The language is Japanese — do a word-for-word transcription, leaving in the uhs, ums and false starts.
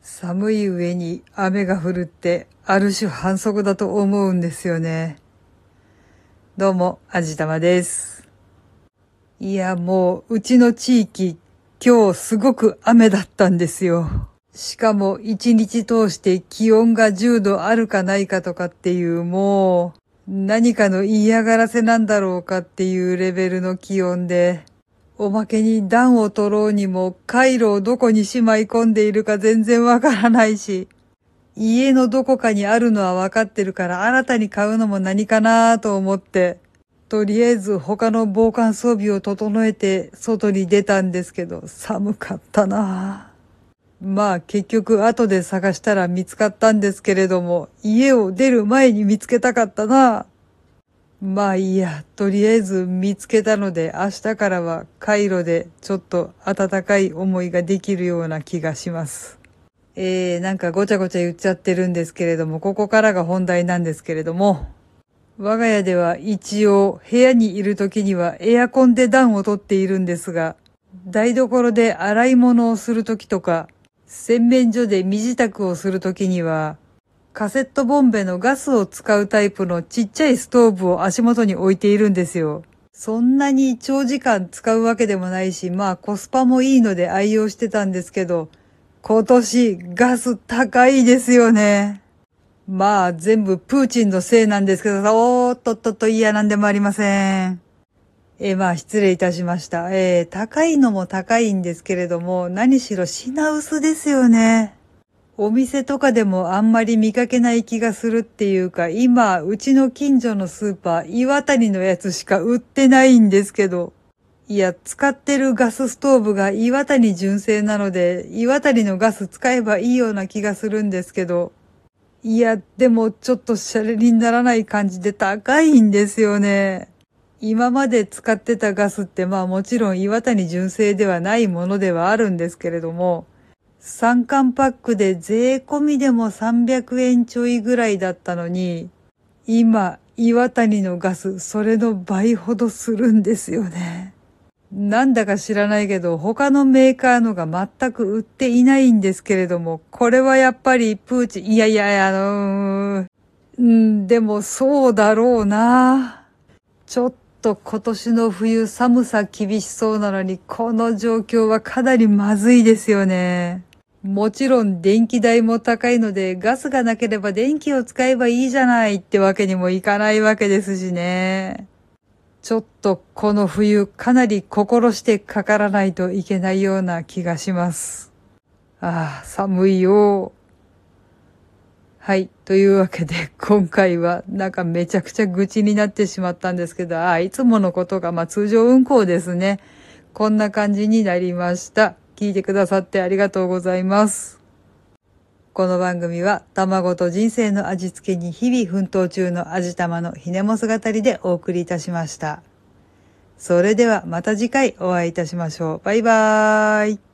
寒い上に雨が降るってある種反則だと思うんですよね。どうも、あじたまです。いや、もう、うちの地域、今日すごく雨だったんですよ。しかも一日通して気温がじゅうどあるかないかとかっていう、もう、何かの嫌がらせなんだろうかっていうレベルの気温で、おまけに暖を取ろうにも回路をどこにしまい込んでいるか全然わからないし、家のどこかにあるのはわかってるから新たに買うのも何かなと思って、とりあえず他の防寒装備を整えて外に出たんですけど、寒かったなぁ。まあ結局後で探したら見つかったんですけれども、家を出る前に見つけたかったなぁ。まあいいや、とりあえず見つけたので明日からはカイロでちょっと温かい思いができるような気がします。えー、なんかごちゃごちゃ言っちゃってるんですけれども、ここからが本題なんですけれども、我が家では一応部屋にいる時にはエアコンで暖をとっているんですが、台所で洗い物をする時とか、洗面所で身支度をする時には、カセットボンベのガスを使うタイプのちっちゃいストーブを足元に置いているんですよ。そんなに長時間使うわけでもないし、まあコスパもいいので愛用してたんですけど、今年ガス高いですよね。まあ全部プーチンのせいなんですけど、おーっとっとっと嫌なんでもありません。えー、まあ失礼いたしました。えー、高いのも高いんですけれども、何しろ品薄ですよね。お店とかでもあんまり見かけない気がするっていうか、今、うちの近所のスーパー、岩谷のやつしか売ってないんですけど。いや、使ってるガスストーブが岩谷純正なので、岩谷のガス使えばいいような気がするんですけど。いや、でもちょっとシャレにならない感じで高いんですよね。今まで使ってたガスってまあもちろん岩谷純正ではないものではあるんですけれども、さんかんパックで税込みでもさんびゃくえんちょいぐらいだったのに、今、岩谷のガス、それの倍ほどするんですよね。なんだか知らないけど、他のメーカーのが全く売っていないんですけれども、これはやっぱりプーチン、いやいや、あのー、うん、でもそうだろうな。ちょっと今年の冬寒さ厳しそうなのに、この状況はかなりまずいですよね。もちろん電気代も高いので、ガスがなければ電気を使えばいいじゃないってわけにもいかないわけですしね。ちょっとこの冬かなり心してかからないといけないような気がします。ああ、寒いよ。はい。というわけで今回はなんかめちゃくちゃ愚痴になってしまったんですけど、ああ、いつものことがまあ通常運行ですね。こんな感じになりました。聞いてくださってありがとうございます。この番組は卵と人生の味付けに日々奮闘中の味玉のひねもす語りでお送りいたしました。それではまた次回お会いいたしましょう。バイバーイ。